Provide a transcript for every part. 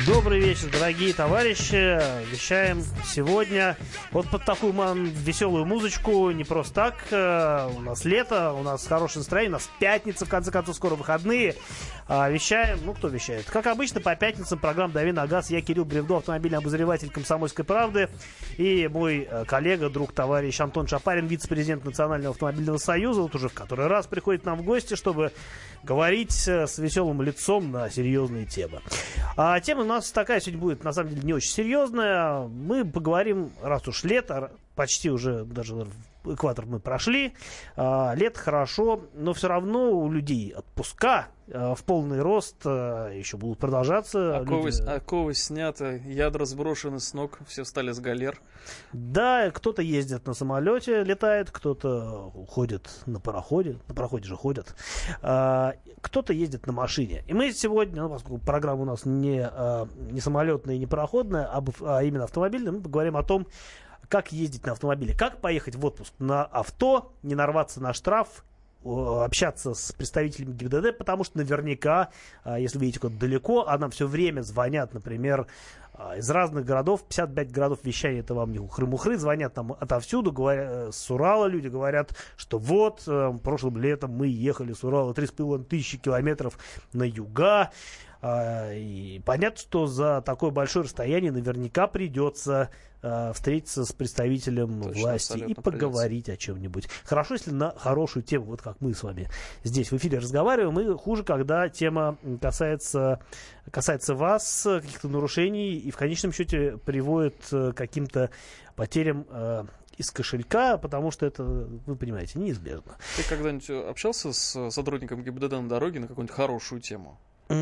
Добрый вечер, дорогие товарищи. Вещаем сегодня вот под такую веселую музычку. Не просто так. У нас лето, у нас хорошее настроение, у нас пятница, в конце концов, скоро выходные. Вещаем, кто вещает? Как обычно, по пятницам программа «Дави на газ». Я Кирилл Бревдо, автомобильный обозреватель «Комсомольской правды». И мой коллега, друг, товарищ Антон Чапарин, вице-президент Национального автомобильного союза. Вот уже в который раз приходит нам в гости, чтобы говорить с веселым лицом на серьезные темы. Тема у нас такая сегодня будет, на самом деле, не очень серьезная. Мы поговорим, раз уж лето, почти уже даже экватор мы прошли. Лето хорошо, но все равно у людей отпуска в полный рост еще будут продолжаться. Оковы сняты, ядра сброшены с ног, все встали с галер. Да, кто-то ездит на самолете, летает, кто-то ходит на пароходе же ходят, кто-то ездит на машине. И мы сегодня, поскольку программа у нас не самолетная и не пароходная, а именно автомобильная, мы поговорим о том, как ездить на автомобиле, как поехать в отпуск на авто, не нарваться на штраф, общаться с представителями ГИБДД, потому что наверняка, если вы едете куда-то далеко, а нам все время звонят, например, из разных городов, 55 городов вещания, это вам не ухры-мухры, звонят там отовсюду, с Урала люди говорят, что вот, прошлым летом мы ехали с Урала 3500 километров на юга, и понятно, что за такое большое расстояние наверняка придется встретиться с представителем власти и поговорить о чем-нибудь. Хорошо, если на хорошую тему, вот как мы с вами здесь в эфире разговариваем, и хуже, когда тема касается вас, каких-то нарушений, и в конечном счете приводит к каким-то потерям из кошелька, потому что это, вы понимаете, неизбежно. Ты когда-нибудь общался с сотрудником ГИБДД на дороге на какую-нибудь хорошую тему?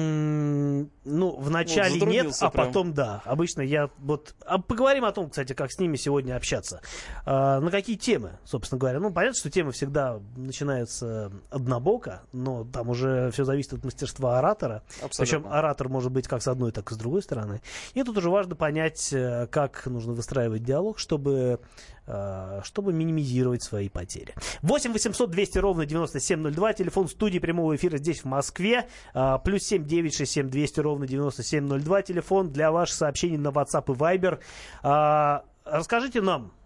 В начале нет, а потом да. Обычно я поговорим о том, кстати, как с ними сегодня общаться. На какие темы, собственно говоря. Понятно, что темы всегда начинаются однобоко, но там уже все зависит от мастерства оратора. Абсолютно. Причем оратор может быть как с одной, так и с другой стороны. И тут уже важно понять, как нужно выстраивать диалог, чтобы минимизировать свои потери. 8 800 200 ровно 9702, телефон студии прямого эфира здесь в Москве, плюс 7 967 200 ровно 9702, телефон для ваших сообщений на WhatsApp и Viber. Расскажите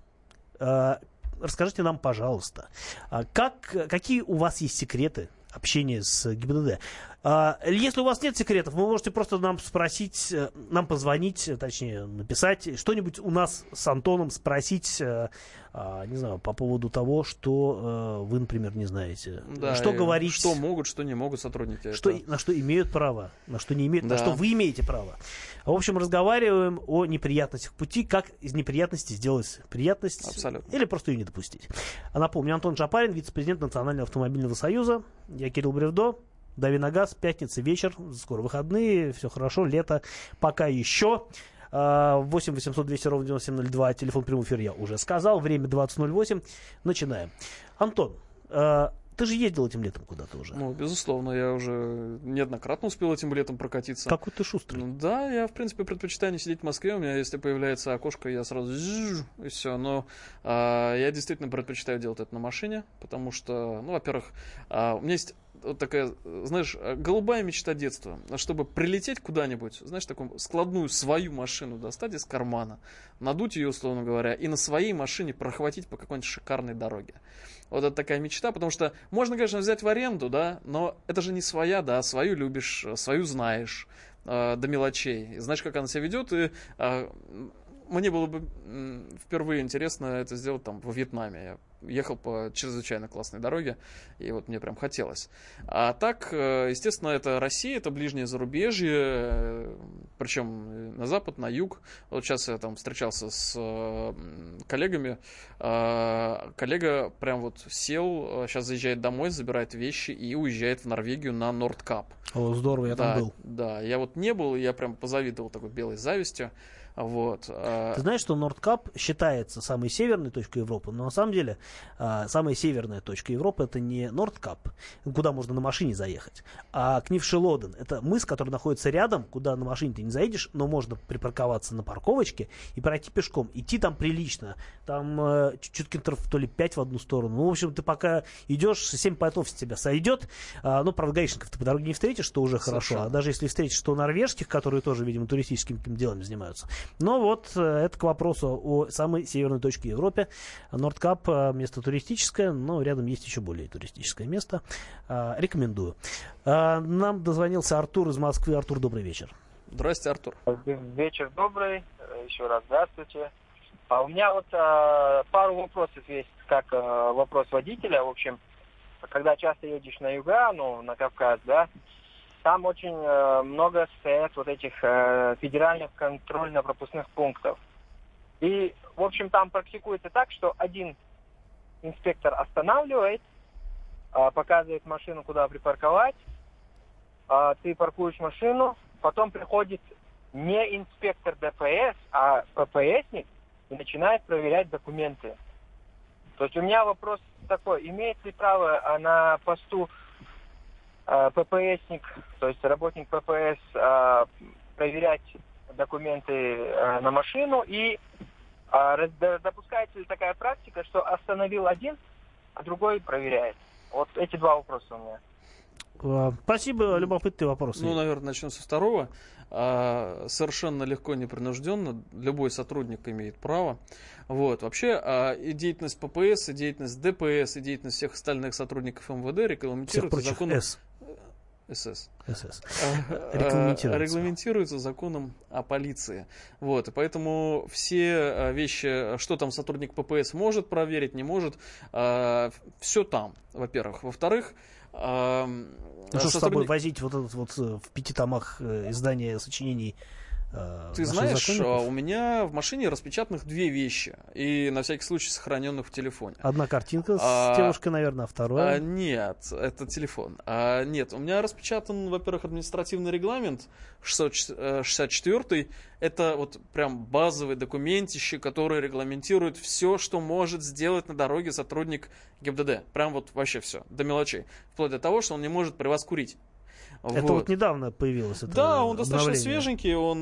нам, пожалуйста, какие у вас есть секреты общения с ГИБДД? Если у вас нет секретов, вы можете просто нам спросить, нам позвонить, точнее написать, что-нибудь у нас с Антоном спросить, не знаю, по поводу того, что вы, например, не знаете. Да, что говорить. Что могут, что не могут сотрудники. На что имеют право, на что не имеют, да. На что вы имеете право. В общем, разговариваем о неприятностях пути, как из неприятности сделать приятность. Абсолютно. Или просто ее не допустить. Напомню, Антон Чапарин, вице-президент Национального автомобильного союза. Я Кирилл Бревдо. Дави на газ, пятница, вечер, скоро выходные, все хорошо, лето пока еще. 8 800 200 ровно 9702, телефон прямого эфира я уже сказал, время 20:08, начинаем. Антон, ты же ездил этим летом куда-то уже? Безусловно, я уже неоднократно успел этим летом прокатиться. Какой ты шустрый. Да, я, в принципе, предпочитаю не сидеть в Москве. У меня, если появляется окошко, я сразу и все. Но я действительно предпочитаю делать это на машине, потому что, во-первых, у меня есть вот такая, знаешь, голубая мечта детства, чтобы прилететь куда-нибудь, знаешь, такую складную свою машину достать из кармана, надуть ее, условно говоря, и на своей машине прохватить по какой-нибудь шикарной дороге. Вот это такая мечта, потому что можно, конечно, взять в аренду, да, но это же не своя, да, свою любишь, свою знаешь до мелочей, знаешь, как она себя ведет, и мне было бы впервые интересно это сделать там во Вьетнаме. Я ехал по чрезвычайно классной дороге, и вот мне прям хотелось. А так, естественно, это Россия, это ближнее зарубежье, причем на запад, на юг. Вот сейчас я там встречался с коллегами. Коллега прям вот сел, сейчас заезжает домой, забирает вещи и уезжает в Норвегию на Нордкап. О, здорово, я там был. Да, я вот не был, я прям позавидовал такой белой завистью. Вот. Ты знаешь, что Нордкап считается самой северной точкой Европы, но на самом деле самая северная точка Европы — это не Нордкап, куда можно на машине заехать, а Кнившелоден. Это мыс, который находится рядом, куда на машине ты не заедешь, но можно припарковаться на парковочке и пройти пешком. Идти там прилично. Там чуть-чуть километров то ли 5 в одну сторону. Ну, в общем, ты пока идешь, 7 потов с тебя сойдет. Ну, правда, гаишников ты по дороге не встретишь, что уже хорошо. А даже если встретишь, то норвежских, которые тоже, видимо, туристическим делом занимаются. Но вот это к вопросу о самой северной точке Европы. Нордкап место туристическое, но рядом есть еще более туристическое место. Рекомендую. Нам дозвонился Артур из Москвы. Артур, добрый вечер. Здравствуйте, Артур. Вечер добрый. Еще раз здравствуйте. У меня вот пару вопросов есть, как вопрос водителя. В общем, когда часто едешь на юга, на Кавказ, да, там очень много стоят вот этих федеральных контрольно-пропускных пунктов. И, в общем, там практикуется так, что один инспектор останавливает, показывает машину, куда припарковать, ты паркуешь машину, потом приходит не инспектор ДПС, а ППСник и начинает проверять документы. То есть у меня вопрос такой, имеет ли право на посту ППСник, то есть работник ППС, проверять документы на машину, и допускается ли такая практика, что остановил один, а другой проверяет? Вот эти два вопроса у меня. Спасибо, любопытный вопрос. Ну, наверное, начнем со второго. Совершенно легко, непринужденно. Любой сотрудник имеет право. Вот. Вообще, и деятельность ППС, и деятельность ДПС, и деятельность всех остальных сотрудников МВД регламентируется законом... СС. Регламентируется законом о полиции. Вот. И поэтому все вещи, что там сотрудник ППС может проверить, не может, все там, во-первых. Во-вторых, что с собой возить вот этот вот в 5 томах издания сочинений? Ты знаешь, у меня в машине распечатанных 2 вещи. И на всякий случай сохраненных в телефоне. Одна картинка с девушкой, наверное, а вторая? Нет, это телефон. Нет, у меня распечатан, во-первых, административный регламент 664. Это вот прям базовый документище, который регламентирует все, что может сделать на дороге сотрудник ГИБДД. Прям вот вообще все, до мелочей. Вплоть до того, что он не может при вас курить. Это вот недавно появилось. Это да, он достаточно обновление. свеженький, он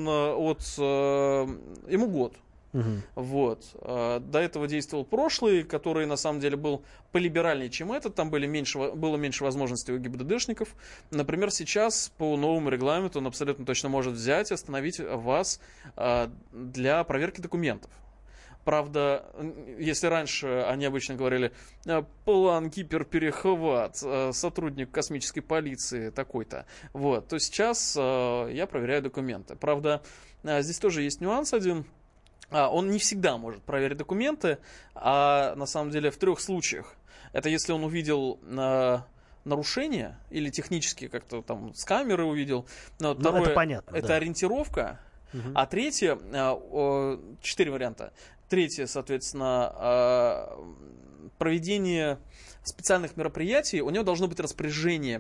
ему год. Вот. До этого действовал прошлый, который на самом деле был полиберальнее, чем этот. Там было меньше возможностей у ГИБДДшников. Например, сейчас по новому регламенту он абсолютно точно может взять и остановить вас для проверки документов. Правда, если раньше они обычно говорили «план гиперперехват, сотрудник космической полиции такой-то», вот, то сейчас я проверяю документы. Правда, здесь тоже есть нюанс один. Он не всегда может проверить документы, а на самом деле в 3 случаях. Это если он увидел нарушение или технически как-то там с камеры увидел. Второе, это понятно. Это ориентировка. А третье, 4 варианта. Третье, соответственно, проведение специальных мероприятий. У него должно быть распоряжение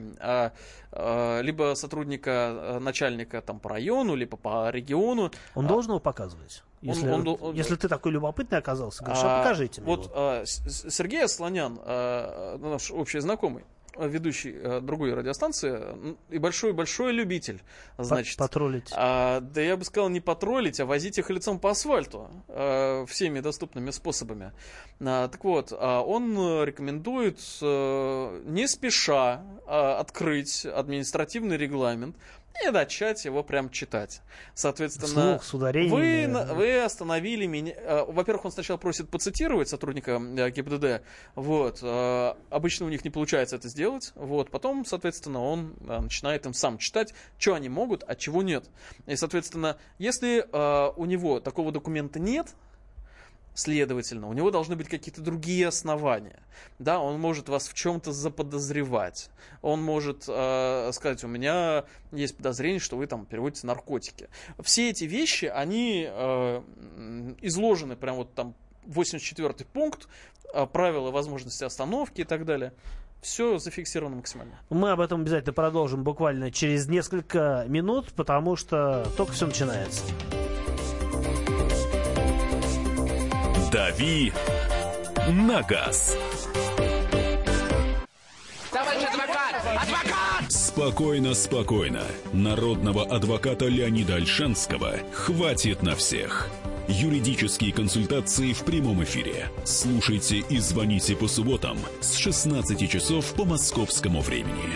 либо сотрудника, начальника там, по району, либо по региону. Он должен его показывать? Если ты такой любопытный оказался, говоришь, покажите мне вот его. Сергей Асланян, наш общий знакомый, ведущий другой радиостанции и большой любитель, значит, потроллить. Да я бы сказал, не потроллить, а возить их лицом по асфальту всеми доступными способами. Так вот, он рекомендует не спеша открыть административный регламент и начать его прям читать. Соответственно, вслух, с ударениями. Вы остановили меня. Во-первых, он сначала просит поцитировать сотрудника ГИБДД. Вот. Обычно у них не получается это сделать. Вот. Потом, соответственно, он начинает им сам читать, что они могут, а чего нет. И, соответственно, если у него такого документа нет, следовательно, у него должны быть какие-то другие основания. Да, он может вас в чем-то заподозревать. Он может сказать, у меня есть подозрение, что вы там переводите наркотики. Все эти вещи, они изложены прям вот там 84-й пункт, правила возможности остановки и так далее. Все зафиксировано максимально. Мы об этом обязательно продолжим буквально через несколько минут, потому что только все начинается. «Дави на газ». Товарищ адвокат! Адвокат! Спокойно, спокойно. Народного адвоката Леонида Ольшанского хватит на всех. Юридические консультации в прямом эфире. Слушайте и звоните по субботам с 16 часов по московскому времени.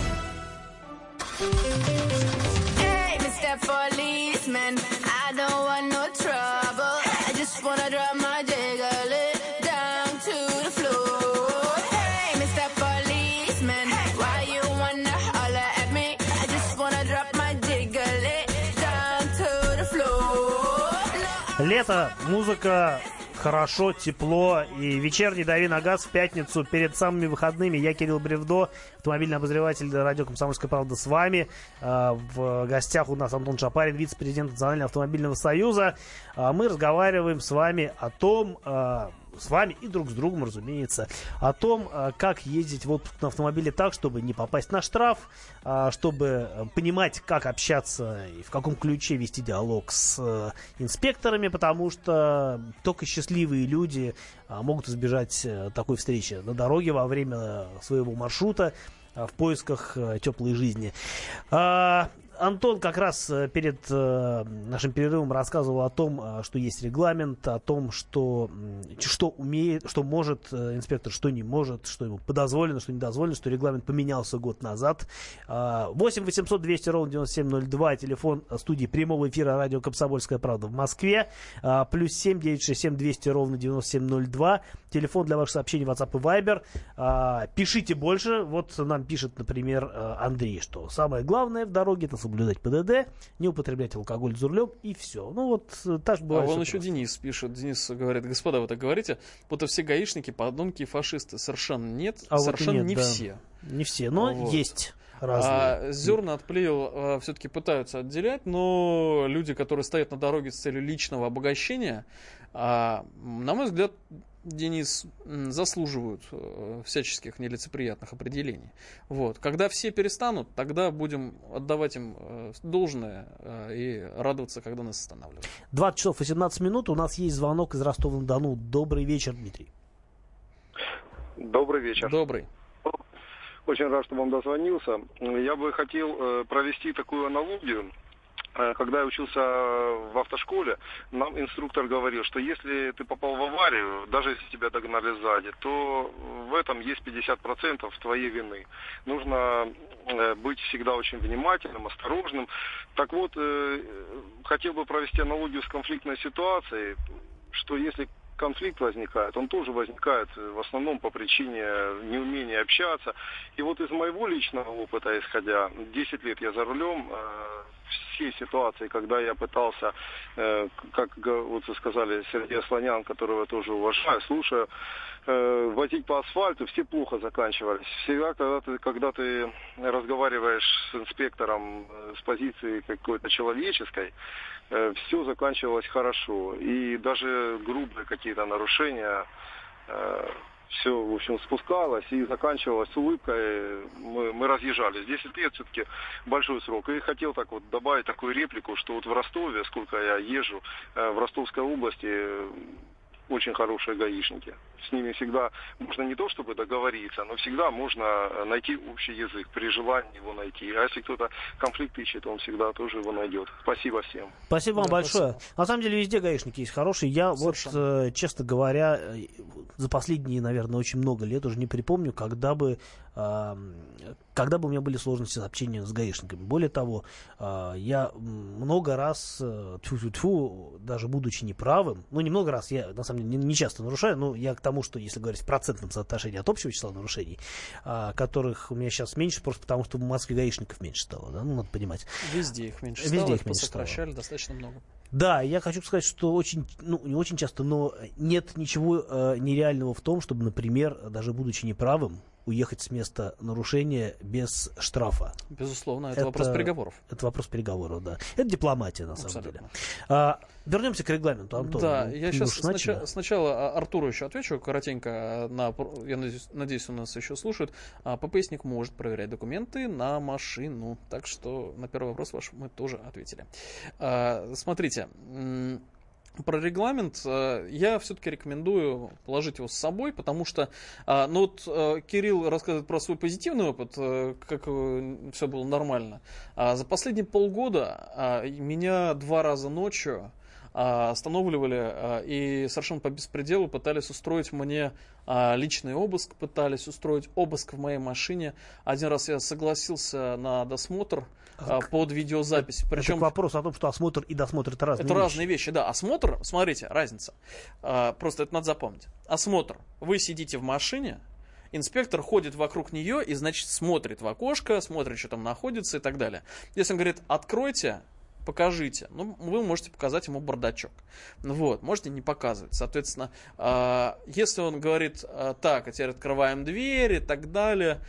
Hey, Mr. Policeman, I don't want no trouble. I just wanna drop my jiggle down to the floor. Hey, Mr. Policeman, why you wanna holler at me? I just wanna drop my jiggle down to the floor. Лето, музыка, хорошо, тепло и вечерний «Дави на газ» в пятницу перед самыми выходными. Я Кирилл Бревдо, автомобильный обозреватель радио «Комсомольская правда» с вами. В гостях у нас Антон Чапарин, вице-президент Национального автомобильного союза. Мы разговариваем с вами о том, с вами и друг с другом, разумеется, о том, как ездить в отпуск на автомобиле так, чтобы не попасть на штраф, чтобы понимать, как общаться и в каком ключе вести диалог с инспекторами, потому что только счастливые люди могут избежать такой встречи на дороге во время своего маршрута в поисках теплой жизни. Антон как раз перед нашим перерывом рассказывал о том, что есть регламент, о том, что умеет, что может инспектор, что не может, что ему подозволено, что не дозволено, что регламент поменялся год назад. 8 800 200 ровно 9702, телефон студии прямого эфира радио «Комсомольская правда» в Москве, плюс 7 967 200 ровно 9702, телефон для ваших сообщений WhatsApp и Viber. Пишите больше. Вот нам пишет, например, Андрей, что самое главное в дороге — это соблюдать ПДД, не употреблять алкоголь за рулем, и все. Ну вот так же бывает. А вон еще Денис пишет. Денис говорит: господа, вы так говорите, будто все гаишники подонки и фашисты. Совершенно нет, совершенно вот нет, не да. все. Не все, но Вот. есть разные. Зерна от плевел все-таки пытаются отделять, но люди, которые стоят на дороге с целью личного обогащения, на мой взгляд, Денис, заслуживают всяческих нелицеприятных определений. Вот. Когда все перестанут, тогда будем отдавать им должное и радоваться, когда нас останавливают. 20 часов 18 минут. У нас есть звонок из Ростова-на-Дону. Добрый вечер, Дмитрий. Добрый вечер. Добрый. Очень рад, что вам дозвонился. Я бы хотел провести такую аналогию. Когда я учился в автошколе, нам инструктор говорил, что если ты попал в аварию, даже если тебя догнали сзади, то в этом есть 50% твоей вины. Нужно быть всегда очень внимательным, осторожным. Так вот, хотел бы провести аналогию с конфликтной ситуацией, что если конфликт возникает, он тоже возникает в основном по причине неумения общаться. И вот из моего личного опыта исходя, 10 лет я за рулем, все ситуации, когда я пытался, как вот вы сказали, Сергей Слонян, которого я тоже уважаю, слушаю, возить по асфальту, все плохо заканчивались. Всегда, когда ты разговариваешь с инспектором с позиции какой-то человеческой, все заканчивалось хорошо. И даже грубые какие-то нарушения, все, в общем, спускалось и заканчивалось с улыбкой. Мы разъезжались. 10 лет все-таки большой срок. И хотел так вот добавить такую реплику, что вот в Ростове, сколько я езжу, в Ростовской области очень хорошие гаишники. С ними всегда можно не то чтобы договориться, но всегда можно найти общий язык, при желании его найти. А если кто-то конфликт ищет, он всегда тоже его найдет. Спасибо всем. Спасибо вам большое. Спасибо. На самом деле везде гаишники есть хорошие. Я вот, честно говоря, за последние, наверное, очень много лет уже не припомню, когда бы у меня были сложности с общением с гаишниками. Более того, я много раз, даже будучи неправым, ну, не много раз, я на самом деле не часто нарушаю, но я к тому, что, если говорить в процентном соотношении от общего числа нарушений, которых у меня сейчас меньше, просто потому что в Москве гаишников меньше стало, да, ну, надо понимать. Везде их меньше стало, везде их меньше сокращали достаточно много. Да, я хочу сказать, что очень, ну, не очень часто, но нет ничего нереального в том, чтобы, например, даже будучи неправым, уехать с места нарушения без штрафа. Безусловно, это вопрос переговоров. Это вопрос переговоров, да. Это дипломатия, на самом деле. Вернемся к регламенту, Антон. Да, я сейчас сначала Артуру еще отвечу коротенько. Я надеюсь, у нас еще слушают. ППСник может проверять документы на машину. Так что на первый вопрос ваш мы тоже ответили. Смотрите. про регламент я все-таки рекомендую положить его с собой, потому что, Кирилл рассказывает про свой позитивный опыт, как все было нормально. За последние полгода меня 2 раза ночью останавливали и совершенно по беспределу пытались устроить мне личный обыск, пытались устроить обыск в моей машине. Один раз я согласился на досмотр под видеозапись. Причем это вопрос о том, что осмотр и досмотр — это разные вещи. Это разные вещи, да. Осмотр, смотрите, разница. Просто это надо запомнить. Осмотр. Вы сидите в машине, инспектор ходит вокруг нее и, значит, смотрит в окошко, смотрит, что там находится и так далее. Если он говорит «откройте», покажите. Вы можете показать ему бардачок. Вот, можете не показывать. Соответственно, если он говорит так, а теперь открываем дверь и так далее,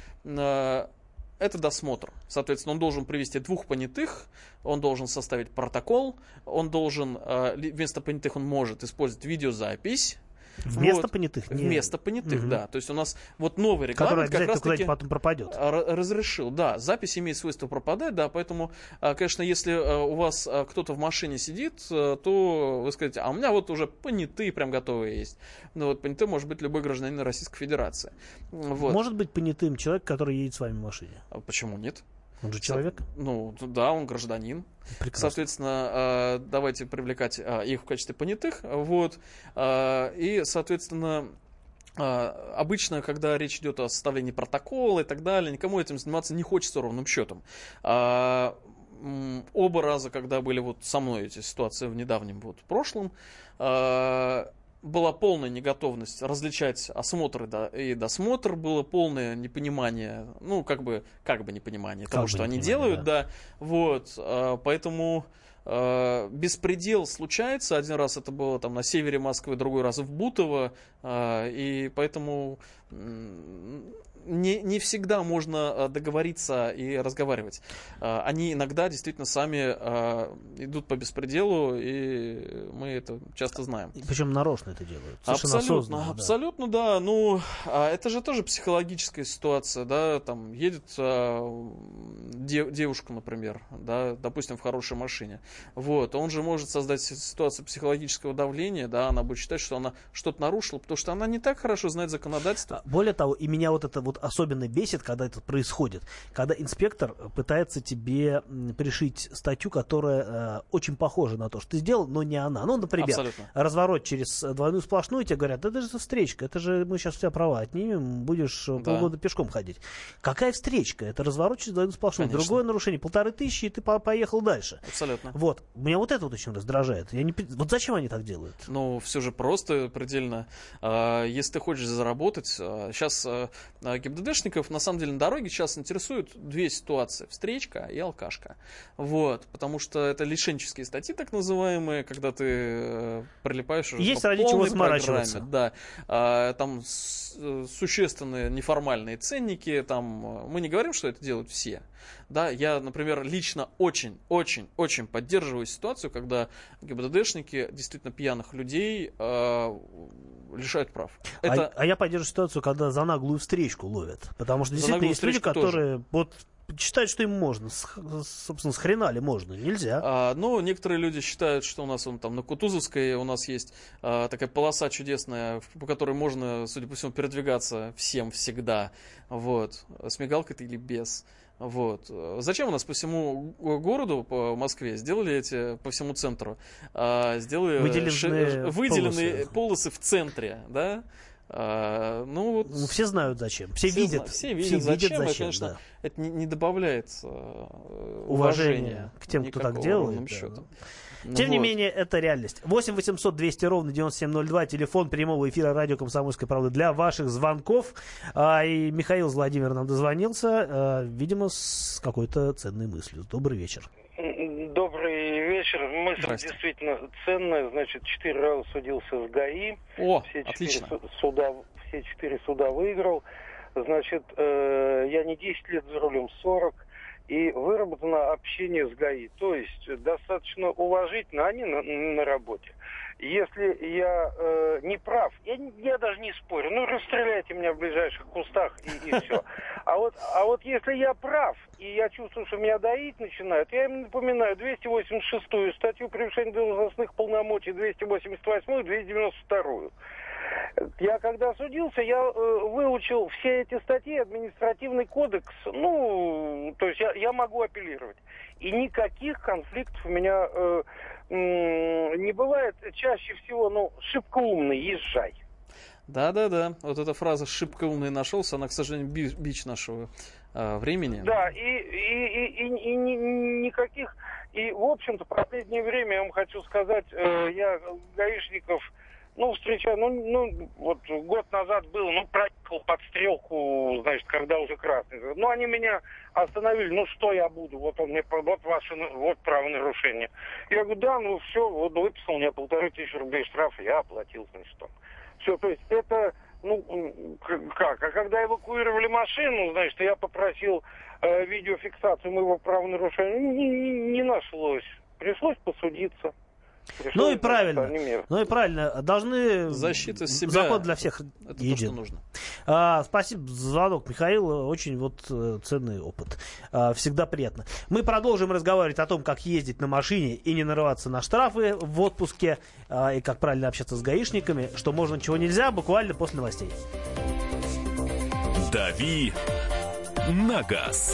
это досмотр. Соответственно, он должен привести 2 понятых, он должен составить протокол, он должен, вместо понятых он может использовать видеозапись. Вместо понятых? Вместо понятых, да. То есть у нас новый регламент который как раз таки потом пропадет. Разрешил, да. Запись имеет свойство пропадать, да, поэтому, конечно, если у вас кто-то в машине сидит, то вы скажете, а у меня вот уже понятые прям готовые есть. Понятым может быть любой гражданин Российской Федерации. Может быть понятым человек, который едет с вами в машине? А почему нет? Он же человек? Да, он гражданин. Прекрасно. Соответственно, давайте привлекать их в качестве понятых. И, соответственно, обычно, когда речь идет о составлении протокола и так далее, никому этим заниматься не хочется ровным счетом. Оба раза, когда были со мной эти ситуации в недавнем прошлом, была полная неготовность различать осмотр и досмотр, было полное непонимание, непонимание того, что они делают, да. Поэтому беспредел случается. Один раз это было на севере Москвы, другой раз в Бутово, и поэтому не всегда можно договориться и разговаривать. Они иногда действительно сами идут по беспределу, и мы это часто знаем. Причем нарочно это делают. Абсолютно, да. Это же тоже психологическая ситуация, да. Там едет девушка, например, да, допустим, в хорошей машине. Он же может создать ситуацию психологического давления, да, она будет считать, что она что-то нарушила, потому что она не так хорошо знает законодательство. Более того, и меня это особенно бесит, когда это происходит, когда инспектор пытается тебе пришить статью, которая очень похожа на то, что ты сделал, но не она. Например, абсолютно. Разворот через двойную сплошную, тебе говорят, это же встречка, это же мы сейчас у тебя права отнимем, будешь полгода пешком ходить. Какая встречка? Это разворот через двойную сплошную. Конечно. Другое нарушение, 1500, и ты поехал дальше. Абсолютно. Меня это очень раздражает. Зачем они так делают? Все же просто предельно. Если ты хочешь заработать, сейчас ГИБДДшников на самом деле на дороге сейчас интересуют 2 ситуации: встречка и алкашка. Потому что это лишенческие статьи, так называемые, когда ты прилипаешь уже есть по ради чего заморачиваться. Да. Там существенные неформальные ценники. Там мы не говорим, что это делают все. Да, я, например, лично очень поддерживаю ситуацию, когда ГИБДДшники действительно пьяных людей лишают прав. А я поддерживаю ситуацию, когда за наглую встречку ловят. Потому что действительно есть люди, которые считают, что им можно. Собственно, с хрена ли можно? Нельзя. Некоторые люди считают, что у нас на Кутузовской у нас есть такая полоса чудесная, по которой можно, судя по всему, передвигаться всем всегда. С мигалкой-то или без. Зачем у нас по всему городу, по Москве, сделали по всему центру, сделали выделенные полосы в центре, да? Все знают зачем. Все видят зачем. И, конечно, это не добавляет уважения к тем, кто так делает. Тем не менее, это реальность. 8 800 200 ровно 9702, телефон прямого эфира радио «Комсомольская правда» для ваших звонков. И Михаил из Владимира нам дозвонился, видимо, с какой-то ценной мыслью. Добрый вечер. Добрый вечер. Мысль действительно ценная. Значит, 4 раза судился с ГАИ. Все 4 суда выиграл. Значит, я не 10 лет за рулем, 40. И выработана общение с ГАИ. То есть достаточно уважительно, они на работе. Если я не прав, я даже не спорю, ну расстреляйте меня в ближайших кустах и все. А вот если я прав, и я чувствую, что меня доить начинают, я им напоминаю 286-ю статью превышения должностных полномочий, 288-ю, 292-ю. Я когда судился, я выучил все эти статьи, административный кодекс, ну, то есть я могу апеллировать. И никаких конфликтов у меня не бывает. Чаще всего, ну, шибко умный, езжай. Да-да-да, вот эта фраза «шибко умный нашелся», она, к сожалению, бич нашего времени. Да, и никаких... И, в общем-то, в последнее время, я вам хочу сказать, я гаишников... Ну, встречаю, вот год назад был, проехал под стрелку, значит, когда уже красный. Ну, они меня остановили, ну, что я буду, вот ваше, вот правонарушение. Я говорю, да, ну, все, вот выписал мне 1500 рублей штрафа, я оплатил, значит, там. Все, то есть это, ну, как, а когда эвакуировали машину, значит, я попросил видеофиксацию моего правонарушения, не нашлось, пришлось посудиться. Ну и правильно. Должны... Защита себя. Закон для всех это един. То, что нужно. Спасибо за звонок, Михаил. Очень ценный опыт. Всегда приятно. Мы продолжим разговаривать о том, как ездить на машине и не нарываться на штрафы в отпуске, и как правильно общаться с гаишниками, что можно, чего нельзя, буквально после новостей. «Дави на газ».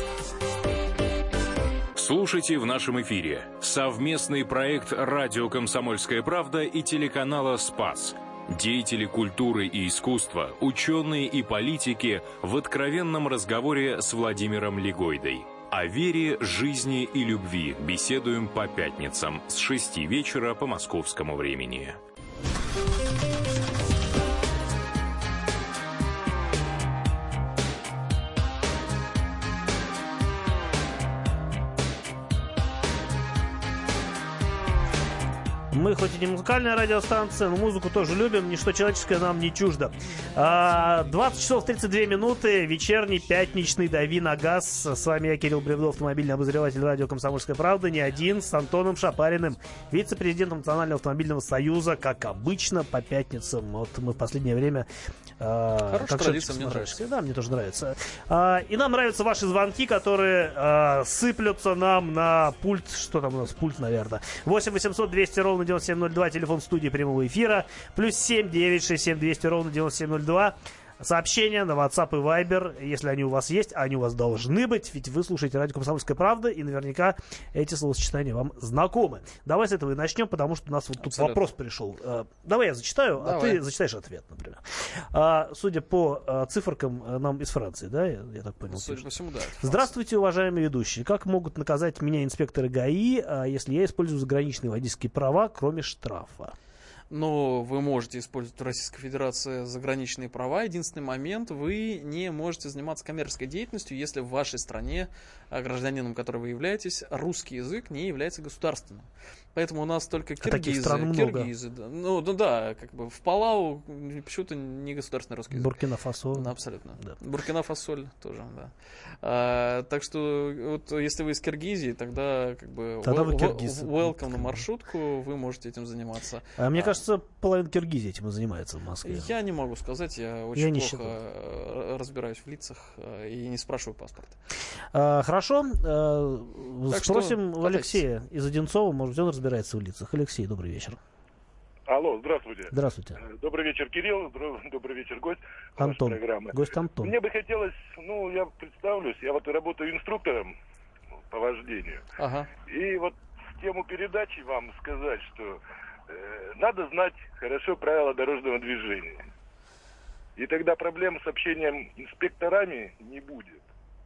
Слушайте в нашем эфире совместный проект «Радио Комсомольская правда» и телеканала «Спас». Деятели культуры и искусства, ученые и политики в откровенном разговоре с Владимиром Легойдой. О вере, жизни и любви беседуем по пятницам с 6 вечера по московскому времени. Мы хоть и не музыкальная радиостанция, но музыку тоже любим, ничто человеческое нам не чуждо. 20 часов 32 минуты, вечерний пятничный «Дави на газ». С вами я, Кирилл Бревдов, автомобильный обозреватель радио «Комсомольская правда», не один, с Антоном Шапариным, вице-президентом Национального автомобильного союза, как обычно, по пятницам. Вот мы в последнее время... Хорошая традиция, мне нравится. Да, мне тоже нравится. И нам нравятся ваши звонки, которые сыплются нам на пульт. Что там у нас? Пульт, наверное. 8 800 200 ровно 9702, телефон студии прямого эфира. Плюс 7 967 200 ровно 9702. Сообщения на WhatsApp и Viber, если они у вас есть, а они у вас должны быть, ведь вы слушаете радио «Комсомольская правда», и наверняка эти словосочетания вам знакомы. Давай с этого и начнем, потому что у нас вот тут вопрос пришел. Давай я зачитаю, а ты зачитаешь ответ, например. Судя по циферкам, нам из Франции, да, я так понял? Судя по всему, да. Здравствуйте, уважаемые ведущие. Как могут наказать меня инспекторы ГАИ, если я использую заграничные водительские права, кроме штрафа? Но вы можете использовать в Российской Федерации заграничные права. Единственный момент, вы не можете заниматься коммерческой деятельностью, если в вашей стране, гражданином которой вы являетесь, русский язык не является государственным. Поэтому у нас только киргизы. Да. Ну да, как бы в Палау почему-то не государственный русский язык. Буркина-Фасо. Абсолютно. Да. Буркина-Фасоль тоже, да. Так что вот если вы из Киргизии, тогда как бы welcome на маршрутку, вы можете этим заниматься. Мне кажется, половина Киргизии этим и занимается в Москве. Я не могу сказать, я очень плохо разбираюсь в лицах и не спрашиваю паспорт. Хорошо. Спросим у Алексея из Одинцова, может, он разбирается в лицах. Алексей, добрый вечер. Алло, здравствуйте. Здравствуйте. Добрый вечер, Кирилл. Добрый вечер, гость Антон. вашей программы. Гость Антон. Мне бы хотелось, я представлюсь, я вот работаю инструктором по вождению. Ага. И вот в тему передачи вам сказать, что надо знать хорошо правила дорожного движения. И тогда проблем с общением инспекторами не будет.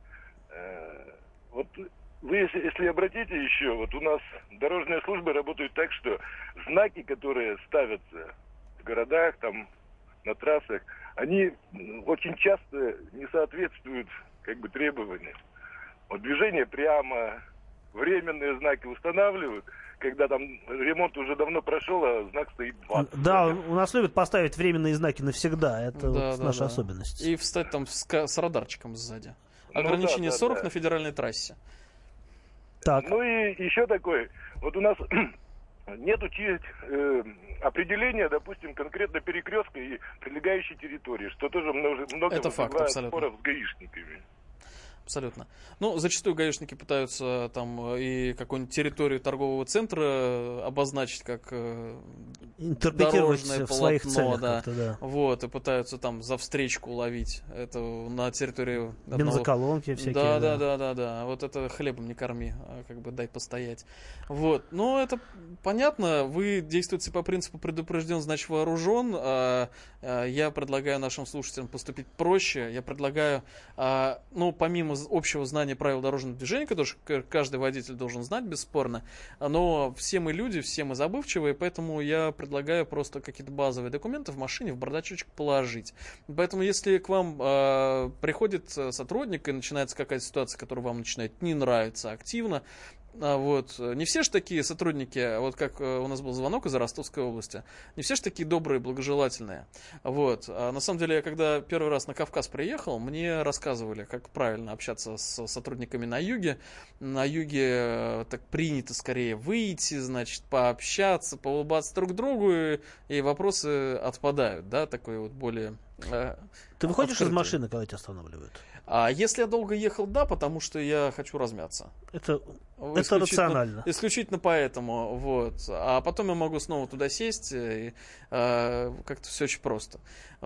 Вот вы, если обратите еще, вот у нас дорожные службы работают так, что знаки, которые ставятся в городах, там, на трассах, они очень часто не соответствуют требованиям. Вот движение прямо, временные знаки устанавливают, когда там ремонт уже давно прошел, а знак стоит 20. Да, у нас любят поставить временные знаки навсегда. Это наша особенность. И встать там с радарчиком сзади. Ограничение 40 на федеральной трассе. Так. Ну и еще такой, вот у нас нету определения, допустим, конкретно перекрестка и прилегающей территории, что тоже много Это факт, абсолютно. споров с гаишниками. Абсолютно. Ну, зачастую гаишники пытаются там и какую-нибудь территорию торгового центра обозначить как интерпретировать дорожное в своих полотно, целях да. как-то, да. Вот, и пытаются там за встречку ловить. Это на территории бензоколонки всякие. Да. Вот это хлебом не корми, а как бы дай постоять. Вот. Но это понятно. Вы действуете по принципу предупрежден, значит вооружен. Я предлагаю нашим слушателям поступить проще. Я предлагаю, помимо общего знания правил дорожного движения, который каждый водитель должен знать, бесспорно, но все мы люди, все мы забывчивые, поэтому я предлагаю просто какие-то базовые документы в машине в бардачочек положить. Поэтому если к вам приходит сотрудник и начинается какая-то ситуация, которая вам начинает не нравиться активно, не все же такие сотрудники, вот как у нас был звонок из Ростовской области, не все же такие добрые, благожелательные. На самом деле, я когда первый раз на Кавказ приехал, мне рассказывали, как правильно общаться с сотрудниками на юге. На юге так принято скорее выйти, значит, пообщаться, поулыбаться друг другу, и вопросы отпадают, да, такой вот более... Ты выходишь открытый. из машины, когда тебя останавливают? Если я долго ехал, да, потому что я хочу размяться. Это рационально. Исключительно поэтому, вот. А потом я могу снова туда сесть, и как-то все очень просто.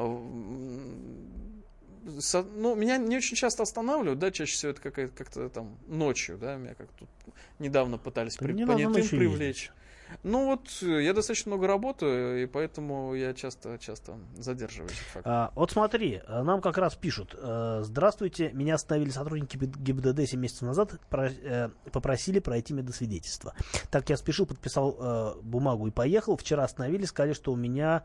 Меня не очень часто останавливают, да, чаще всего это как-то там ночью, да, меня как тут недавно пытались понятым привлечь. Я достаточно много работаю, и поэтому я часто задерживаюсь. Вот смотри, нам как раз пишут. Здравствуйте, меня остановили сотрудники ГИБДД 7 месяцев назад, попросили пройти медосвидетельство. Так я спешил, подписал бумагу и поехал. Вчера остановили, сказали, что у меня...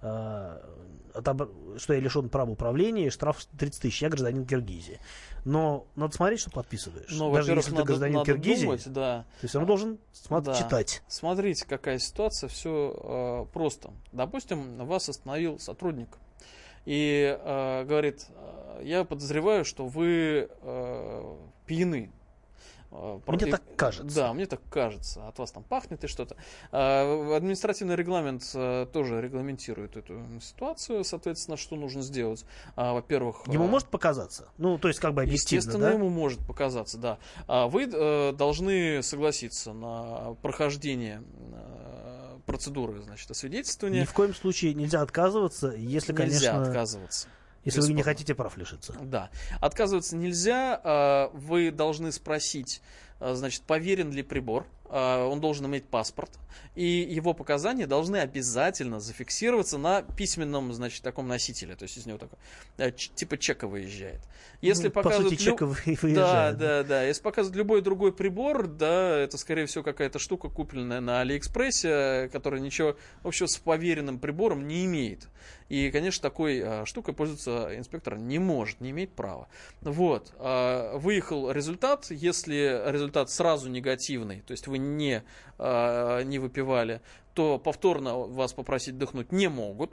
что я лишен права управления и штраф 30 тысяч. Я гражданин Киргизии. Но надо смотреть, что подписываешь. Даже если ты гражданин Киргизии, думать, да. ты все равно должен читать. Смотрите, какая ситуация, все просто. Допустим, вас остановил сотрудник и говорит, я подозреваю, что вы пьяны. Мне так кажется. Да, мне так кажется. От вас там пахнет и что-то. Административный регламент тоже регламентирует эту ситуацию, соответственно, что нужно сделать. Во-первых... Ему может показаться? То есть, как бы объективно, естественно, да? ему может показаться, да. Вы должны согласиться на прохождение процедуры, значит, освидетельствования. Ни в коем случае нельзя отказываться, если, нельзя отказываться. Если вы не хотите прав лишиться. Да. Отказываться нельзя. Вы должны спросить, значит, поверен ли прибор. Он должен иметь паспорт. И его показания должны обязательно зафиксироваться на письменном, значит, таком носителе. То есть из него такой, типа чека выезжает. Если показывают... По сути, чека выезжает. Да. Если показывают любой другой прибор, да, это, скорее всего, какая-то штука, купленная на Алиэкспрессе, которая ничего общего с поверенным прибором не имеет. И, конечно, такой штукой пользоваться инспектор не может, не имеет права. Выехал результат. Если результат сразу негативный, то есть вы не выпивали, то повторно вас попросить дыхнуть не могут.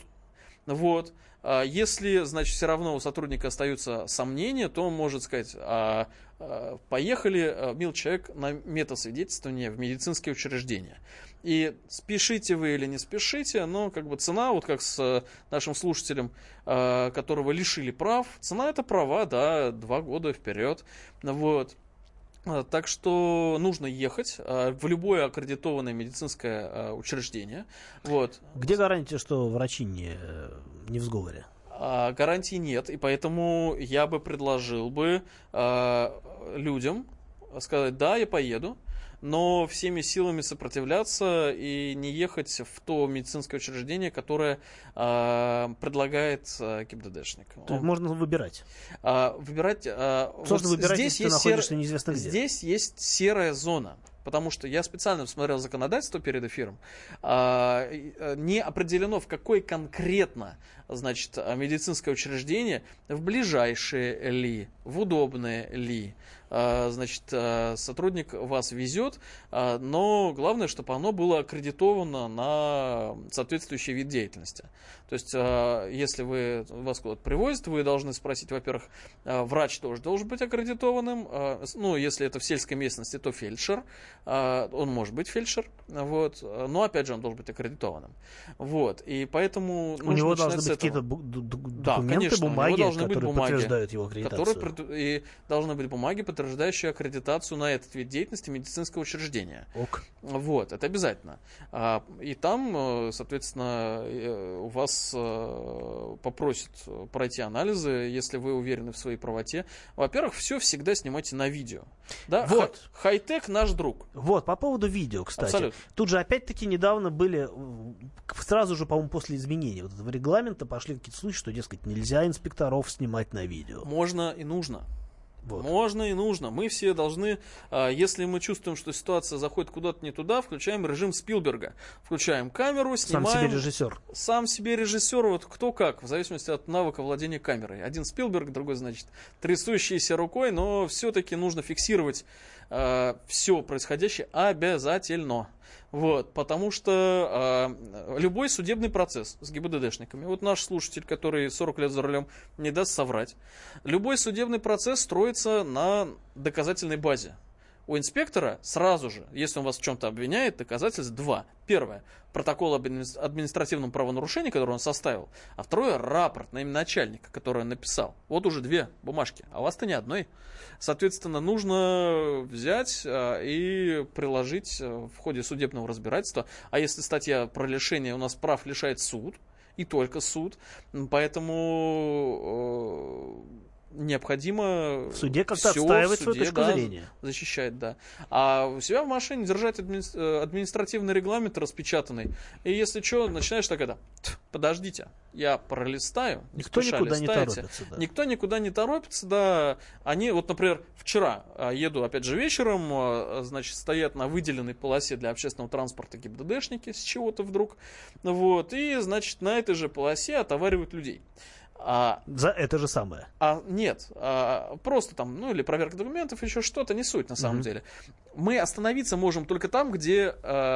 Если, значит, все равно у сотрудника остаются сомнения, то он может сказать, поехали, мил человек, на медосвидетельствование в медицинские учреждения. И спешите вы или не спешите, но как бы цена, вот как с нашим слушателем, которого лишили прав, цена это права, да, 2 года вперед. Так что нужно ехать в любое аккредитованное медицинское учреждение. Где гарантия, что врачи не в сговоре? Гарантий нет, и поэтому я бы предложил людям сказать, да, я поеду, но всеми силами сопротивляться и не ехать в то медицинское учреждение, которое предлагает ГИБДДшник. Можно выбирать. Выбирать. Сложно выбирать, если ты находишься неизвестно где. Здесь есть серая зона. Потому что я специально смотрел законодательство перед эфиром. Не определено, в какой конкретно, значит, медицинское учреждение, в ближайшее ли, в удобное ли, значит, сотрудник вас везет, но главное, чтобы оно было аккредитовано на соответствующий вид деятельности. То есть, если вас куда-то привозят, вы должны спросить, во-первых, врач тоже должен быть аккредитованным, ну, если это в сельской местности, то фельдшер, он может быть фельдшер, вот, но, опять же, он должен быть аккредитованным. Вот, и поэтому у него должны быть какие-то документы, бумаги, которые подтверждают его аккредитацию. И должны быть бумаги, подтверждающие аккредитацию на этот вид деятельности медицинского учреждения. Вот, это обязательно. И там, соответственно, у вас попросят пройти анализы, если вы уверены в своей правоте. Во-первых, все всегда снимайте на видео. Да? Вот. Хай-тек наш друг. Вот, по поводу видео, кстати. Абсолютно. Тут же опять-таки недавно были, сразу же, по-моему, после изменения вот этого регламента пошли какие-то случаи, что, дескать, нельзя инспекторов снимать на видео. Можно и нужно. Вот. Можно и нужно. Мы все должны, если мы чувствуем, что ситуация заходит куда-то не туда, включаем режим Спилберга. Включаем камеру, снимаем. Сам себе режиссер. Сам себе режиссер, вот кто как, в зависимости от навыка владения камерой. Один Спилберг, другой, значит, трясущейся рукой, но все-таки нужно фиксировать все происходящее обязательно. Вот, потому что любой судебный процесс с ГИБДДшниками, вот наш слушатель, который 40 лет за рулем, не даст соврать, любой судебный процесс строится на доказательной базе. У инспектора сразу же, если он вас в чем-то обвиняет, доказательств два. Первое – протокол об административном правонарушении, который он составил. А второе – рапорт на имя начальника, который он написал. Вот уже две бумажки, а у вас-то ни одной. Соответственно, нужно взять и приложить в ходе судебного разбирательства. А если статья про лишение у нас прав лишает суд, и только суд, поэтому... необходимо в суде как-то отстаивать свою точку зрения. Защищать, да. А у себя в машине держать административный регламент распечатанный. И если что, начинаешь так это, подождите, я пролистаю. Никто никуда не торопится. Да. Никто никуда не торопится, да. Они, вот, например, вчера еду, опять же, вечером, значит, стоят на выделенной полосе для общественного транспорта ГИБДДшники с чего-то вдруг. Вот, и, значит, на этой же полосе отоваривают людей. За это же самое. Нет, просто там, ну или проверка документов, еще что-то, не суть на самом деле. Мы остановиться можем только там, где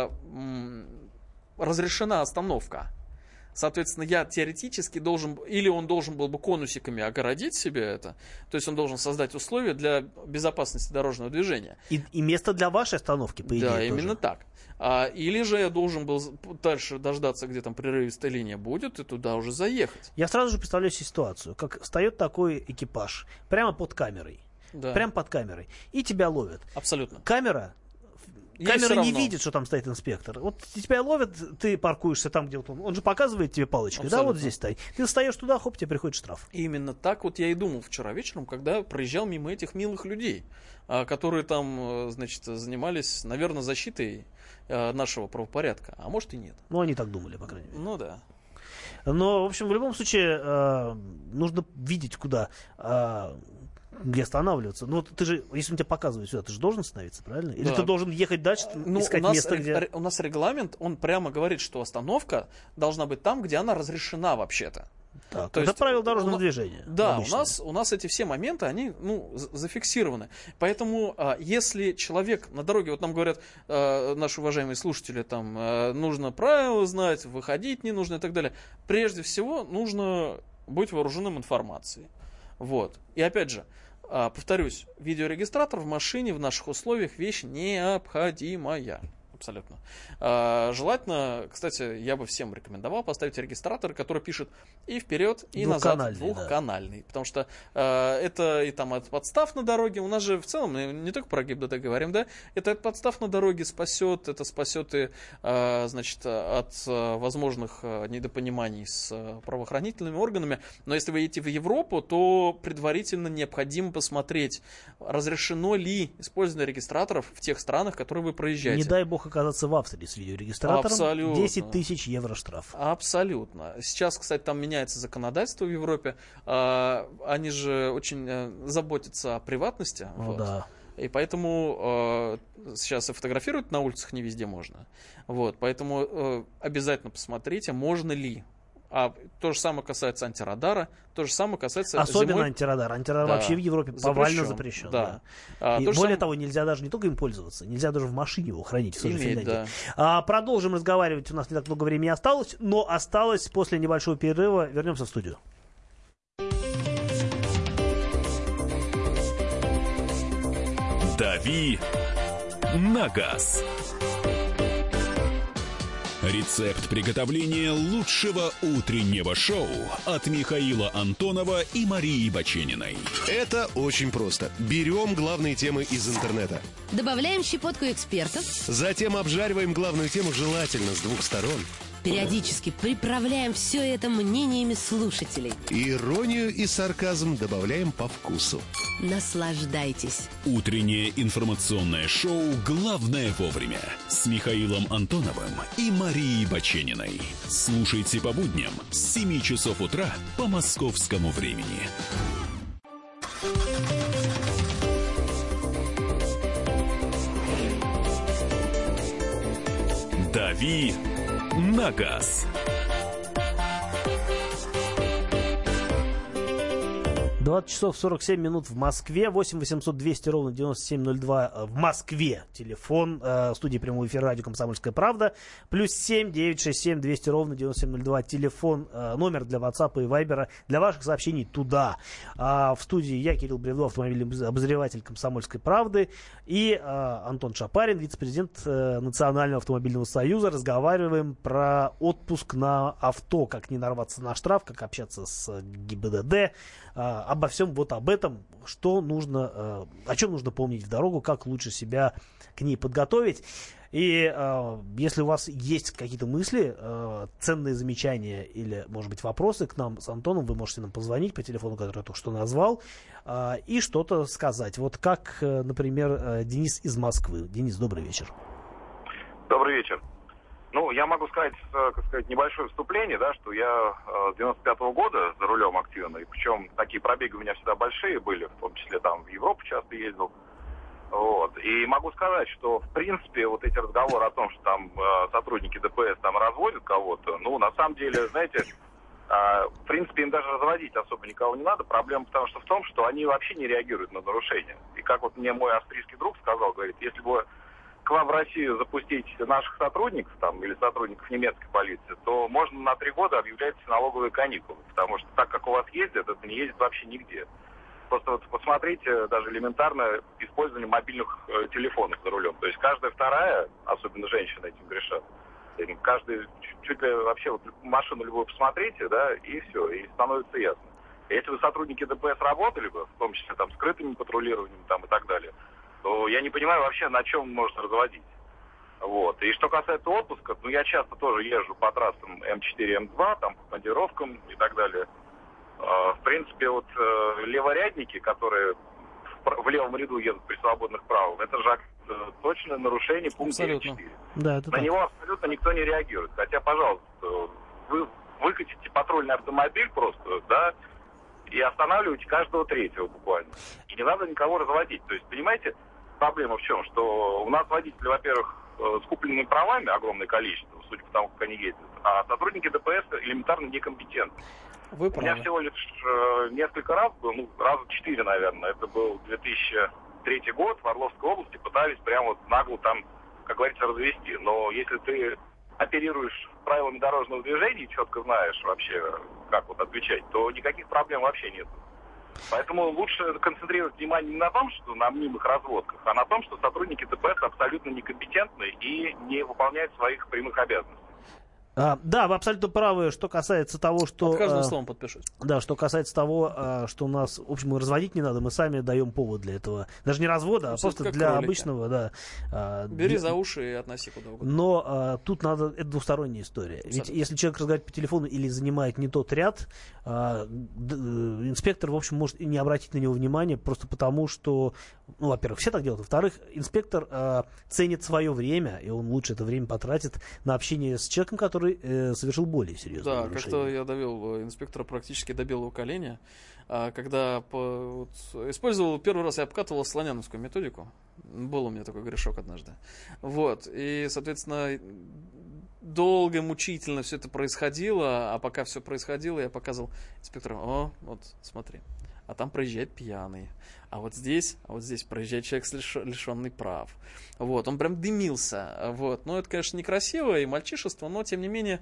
разрешена остановка. Соответственно, я теоретически должен, или он должен был бы конусиками огородить себе это, то есть он должен создать условия для безопасности дорожного движения. И место для вашей остановки, по идее, да, тоже. Именно так. Или же я должен был дальше дождаться, где там прерывистая линия будет, и туда уже заехать. Я сразу же представляю себе ситуацию, как встает такой экипаж прямо под камерой. Да. Прямо под камерой. И тебя ловят. Абсолютно. Камера не видит, что там стоит инспектор. Вот тебя ловят, ты паркуешься там, где вот он же показывает тебе палочкой. Абсолютно. Да, вот здесь стоит. Ты встаешь туда, хоп, тебе приходит штраф. И именно так вот я и думал вчера вечером, когда проезжал мимо этих милых людей, которые там, значит, занимались, наверное, защитой нашего правопорядка. А может и нет. Ну, они так думали, по крайней мере. Ну, да. Но, в общем, в любом случае, нужно видеть, куда... где останавливаться. Ну, ты же, если он тебя показывает сюда, ты же должен остановиться, правильно? Или ты должен ехать дальше, искать место, где... У нас регламент, он прямо говорит, что остановка должна быть там, где она разрешена вообще-то. Так, это правило дорожного движения. Да, у нас эти все моменты, они зафиксированы. Поэтому, если человек на дороге, вот нам говорят наши уважаемые слушатели, там нужно правила знать, выходить не нужно и так далее. Прежде всего, нужно быть вооруженным информацией. Вот. И опять же, повторюсь, видеорегистратор в машине в наших условиях вещь необходимая. Абсолютно. Желательно, кстати, я бы всем рекомендовал поставить регистратор, который пишет и вперед, и назад двухканальный. Да. Потому что это и там от подстав на дороге. У нас же в целом, не только про ГИБДД говорим, да, это от подстав на дороге спасет, это спасет и, значит, от возможных недопониманий с правоохранительными органами. Но если вы едете в Европу, то предварительно необходимо посмотреть, разрешено ли использование регистраторов в тех странах, в которые вы проезжаете. Не дай бог оказаться в Австрии с видеорегистратором. Абсолютно. 10 тысяч евро штраф. Абсолютно. Сейчас, кстати, там меняется законодательство в Европе. Они же очень заботятся о приватности. Ну, вот. Да. И поэтому сейчас и фотографировать на улицах не везде можно. Вот. Поэтому обязательно посмотрите, можно ли А то же самое касается антирадара, то же самое касается особенно зимой. антирадар. Антирадар вообще в Европе повально запрещен. Да. И более того, нельзя даже не только им пользоваться, нельзя даже в машине его хранить в той же Финляндии. Да. Продолжим разговаривать, у нас не так много времени осталось, но осталось после небольшого перерыва. Вернемся в студию. «Дави на газ». Рецепт приготовления лучшего утреннего шоу от Михаила Антонова и Марии Бачениной. Это очень просто. Берем главные темы из интернета. Добавляем щепотку экспертов. Затем обжариваем главную тему желательно с двух сторон. Периодически приправляем все это мнениями слушателей. Иронию и сарказм добавляем по вкусу. Наслаждайтесь. Утреннее информационное шоу «Главное вовремя» с Михаилом Антоновым и Марией Бачениной. Слушайте по будням с 7 часов утра по московскому времени. «Дави на газ». 20 часов 47 минут в Москве. 8 800 200 ровно 9702 в Москве. Телефон студии прямого эфира радио «Комсомольская правда». Плюс 7 967 200 ровно 9702. Телефон, номер для WhatsApp и Viber для ваших сообщений туда. В студии я, Кирилл Бревдо, автомобильный обозреватель «Комсомольской правды». И Антон Шапарин, вице-президент Национального автомобильного союза. Разговариваем про отпуск на авто. Как не нарваться на штраф, как общаться с ГИБДД. Обо всем вот об этом, что нужно, о чем нужно помнить в дорогу, как лучше себя к ней подготовить. И если у вас есть какие-то мысли, ценные замечания или, может быть, вопросы к нам с Антоном, вы можете нам позвонить по телефону, который я только что назвал, и что-то сказать. Вот как, например, Денис из Москвы. Денис, добрый вечер. Добрый вечер. Ну, я могу сказать, как сказать, небольшое вступление, да, что я с 95-го года за рулем активно, и причем такие пробеги у меня всегда большие были, в том числе там в Европу часто ездил. Вот. И могу сказать, что, в принципе, вот эти разговоры о том, что там сотрудники ДПС там разводят кого-то, ну, на самом деле, знаете, в принципе, им даже разводить особо никого не надо. Проблема потому что в том, что они вообще не реагируют на нарушения. И как вот мне мой австрийский друг сказал, говорит, если бы к вам в Россию запустить наших сотрудников там, или сотрудников немецкой полиции, то можно на 3 года объявлять налоговые каникулы. Потому что так, как у вас ездят, это не ездит вообще нигде. Просто вот посмотрите даже элементарно использование мобильных телефонов за рулем. То есть каждая вторая, особенно женщины этим грешат, каждый, чуть ли вообще вот машину любую посмотрите, да, и все, и становится ясно. Если бы сотрудники ДПС работали бы, в том числе там скрытыми патрулированием там и так далее, то я не понимаю вообще, на чем можно разводить. Вот. И что касается отпуска, ну, я часто тоже езжу по трассам М4, М2, там, по командировкам и так далее. В принципе, вот леворядники, которые в левом ряду едут при свободных правах, это же точное нарушение пункта 4. Да, на него абсолютно никто не реагирует. Хотя, пожалуйста, вы выкатите патрульный автомобиль просто, да, и останавливаете каждого третьего буквально. И не надо никого разводить. То есть, понимаете, проблема в чем? Что у нас водители, во-первых, с купленными правами огромное количество, судя по тому, как они ездят, а сотрудники ДПС элементарно некомпетентны. Вы правы. У меня всего лишь несколько раз был, ну, раза 4, наверное, это был 2003 год, в Орловской области пытались прямо вот нагло там, как говорится, развести. Но если ты оперируешь правилами дорожного движения, четко знаешь вообще, как вот отвечать, то никаких проблем вообще нет. Поэтому лучше концентрировать внимание не на том, что на мнимых разводках, а на том, что сотрудники ДПС абсолютно некомпетентны и не выполняют своих прямых обязанностей. Да, вы абсолютно правы, что касается того, что... Под каждым словом подпишусь. Да, что касается того, что у нас, в общем, разводить не надо, мы сами даем повод для этого. Даже не развода, а просто для кролики. Обычного, да. Бери за уши и относи куда угодно. Но тут надо, это двусторонняя история. Абсолютно. Ведь если человек разговаривает по телефону или занимает не тот ряд, инспектор, в общем, может и не обратить на него внимания, просто потому что, ну, во-первых, все так делают, во-вторых, инспектор ценит свое время, и он лучше это время потратит на общение с человеком, который который совершил более серьезное Да, нарушение. как-то я довел инспектора практически до белого коленя, когда использовал первый раз, я обкатывал слоняновскую методику. Был у меня такой грешок однажды. Вот, и, соответственно, долго, мучительно все это происходило, а пока все происходило, я показывал инспектору: вот, смотри, а там проезжает пьяный, а вот здесь проезжает человек, лишенный прав. Вот, он прям дымился. Вот, ну, это, конечно, некрасиво и мальчишество, но, тем не менее...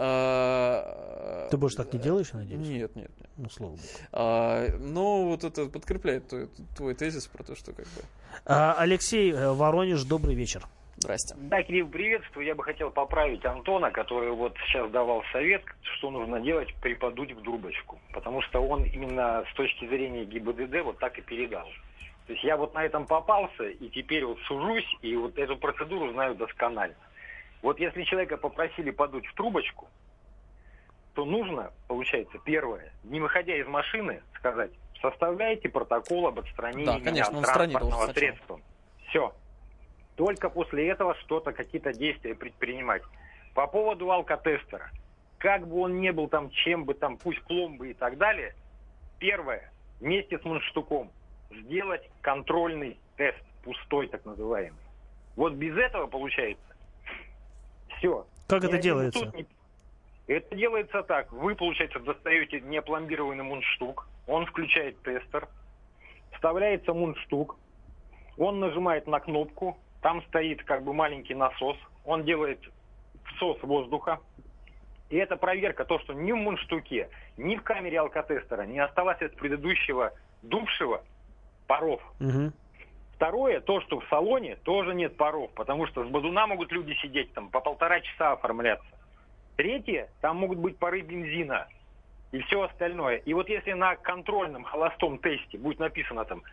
Ты больше так не делаешь, я надеюсь? Нет. Ну, слава богу. Но вот это подкрепляет твой тезис про то, что как бы... Алексей, Воронеж, добрый вечер. Здрасте. Да, Кирилл, приветствую. Я бы хотел поправить Антона, который вот сейчас давал совет, что нужно делать, приподуть в трубочку. Потому что он именно с точки зрения ГИБДД вот так и передал. То есть я вот на этом попался, и теперь вот сужусь, и вот эту процедуру знаю досконально. Вот если человека попросили подуть в трубочку, то нужно, получается, первое, не выходя из машины, сказать: составляйте протокол об отстранении меня от транспортного средства. Все. Только после этого какие-то действия предпринимать. По поводу алкотестера. Как бы он ни был там, чем бы там, пусть пломбы и так далее, первое, вместе с мундштуком сделать контрольный тест, пустой так называемый. Вот без этого получается все. Как это делается? Это делается так. Вы, получается, достаете неопломбированный мундштук, он включает тестер, вставляется мундштук, он нажимает на кнопку, там стоит как бы маленький насос, он делает всос воздуха. И это проверка, то, что ни в мундштуке, ни в камере алкотестера не осталось от предыдущего дувшего паров. Угу. Второе, то, что в салоне тоже нет паров, потому что с бадуна могут люди сидеть там по 1,5 часа оформляться. Третье, там могут быть пары бензина и все остальное. И вот если на контрольном холостом тесте будет написано там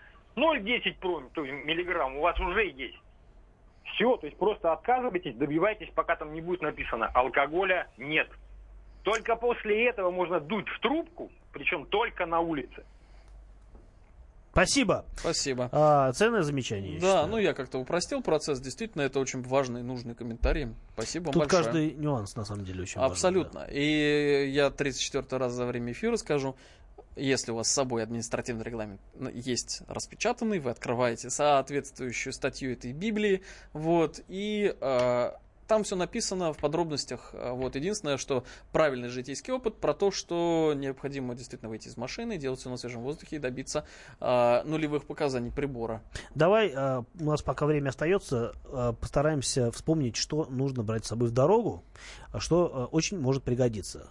0,10 миллиграмм, у вас уже есть. Все, то есть просто отказывайтесь, добивайтесь, пока там не будет написано: алкоголя нет. Только после этого можно дуть в трубку, причем только на улице. Спасибо. Ценное замечание. Да, я как-то упростил процесс. Действительно, это очень важный и нужный комментарий. Спасибо вам большое. Тут каждый нюанс, на самом деле, очень абсолютно. важен. Да. И я 34-й раз за время эфира скажу: если у вас с собой административный регламент есть распечатанный, вы открываете соответствующую статью этой Библии, вот, и там все написано в подробностях. Вот, единственное, что правильный житейский опыт про то, что необходимо действительно выйти из машины, делать все на свежем воздухе и добиться нулевых показаний прибора. Давай, у нас пока время остается, постараемся вспомнить, что нужно брать с собой в дорогу, что очень может пригодиться.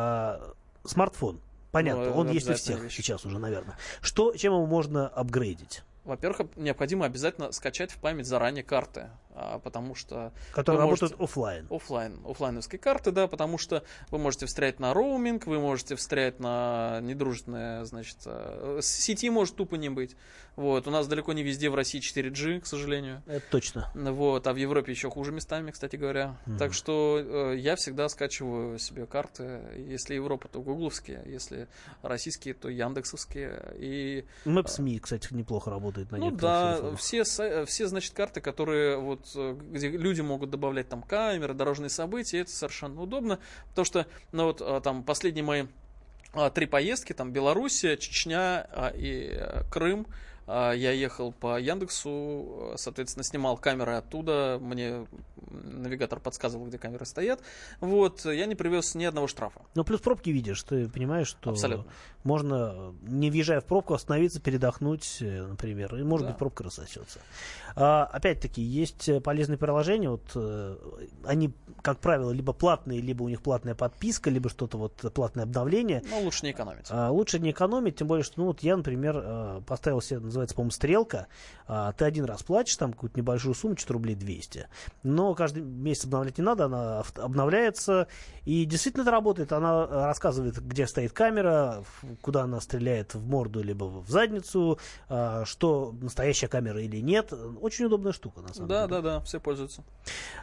Смартфон. Понятно, он есть у всех сейчас уже, наверное. Чем его можно апгрейдить? Во-первых, необходимо обязательно скачать в память заранее карты, потому что... Которые работают офлайн. Офлайновские карты, да, потому что вы можете встрять на роуминг, вы можете встрять на недружественное, значит, сети может тупо не быть. Вот, у нас далеко не везде в России 4G, к сожалению. Это точно. Вот, а в Европе еще хуже местами, кстати говоря. Так что я всегда скачиваю себе карты. Если Европа, то гугловские, если российские, то яндексовские. И... Maps.me, кстати, неплохо работает. На да, все, значит, карты, которые вот, где люди могут добавлять там камеры, дорожные события, это совершенно удобно, потому что, там последние мои 3 поездки, там Белоруссия, Чечня и Крым, я ехал по Яндексу, соответственно, снимал камеры оттуда, мне навигатор подсказывал, где камеры стоят. Вот, я не привез ни одного штрафа. Но плюс пробки видишь, ты понимаешь, что абсолютно можно, не въезжая в пробку, остановиться, передохнуть, например, и, может быть, пробка рассосется. Опять-таки, есть полезные приложения, вот они, как правило, либо платные, либо у них платная подписка, либо что-то вот платное обновление. Но лучше не экономить. Лучше не экономить, тем более, что, я, например, поставил себе, называется, по-моему, стрелка. Ты один раз платишь, там какую-то небольшую сумму, что-то рублей 200. Но каждый месяц обновлять не надо, она обновляется. И действительно это работает. Она рассказывает, где стоит камера, куда она стреляет, в морду либо в задницу, что настоящая камера или нет. Очень удобная штука, на самом деле. Да, все пользуются.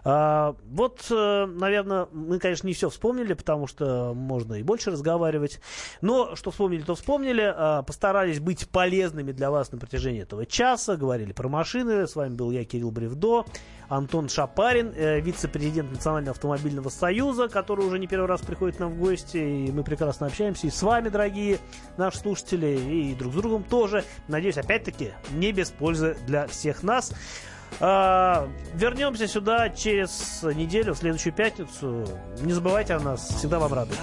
Вот, наверное, мы, конечно, не все вспомнили, потому что можно и больше разговаривать. Но что вспомнили, то вспомнили. Постарались быть полезными для вас на протяжении этого часа. Говорили про машины. С вами был я, Кирилл Бревдо. Антон Шапарин, вице-президент Национального автомобильного союза, который уже не первый раз приходит к нам в гости. И мы прекрасно общаемся и с вами, дорогие наши слушатели, и друг с другом тоже. Надеюсь, опять-таки, не без пользы для всех нас. Вернемся сюда через неделю, в следующую пятницу. Не забывайте о нас, всегда вам рады.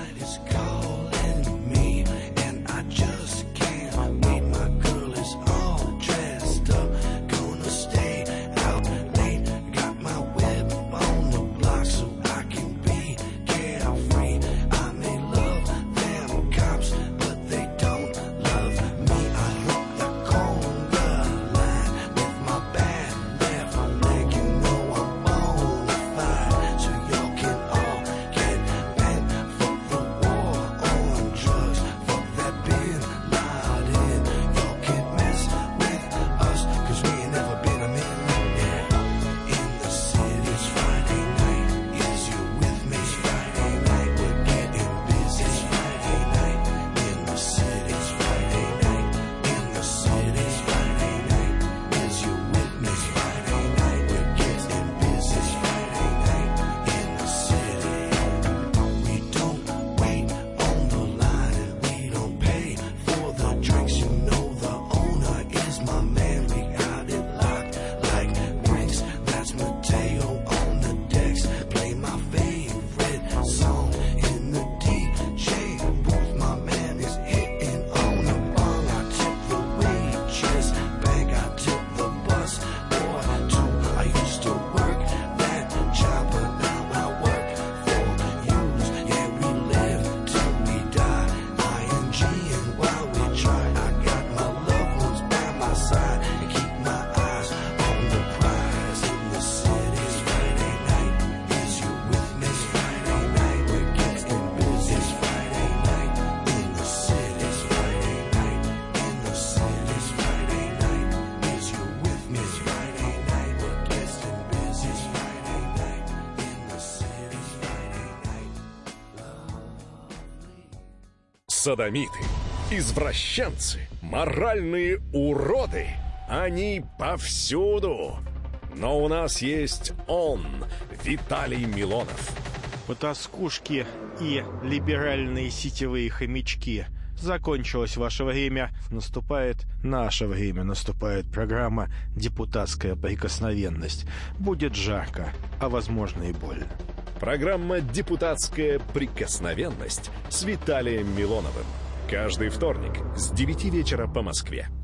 Содомиты, извращенцы, моральные уроды. Они повсюду. Но у нас есть он, Виталий Милонов. Потаскушки и либеральные сетевые хомячки. Закончилось ваше время. Наступает наше время. Наступает программа «Депутатская прикосновенность». Будет жарко, а возможно и больно. Программа «Депутатская прикосновенность» с Виталием Милоновым. Каждый вторник с 9 вечера по Москве.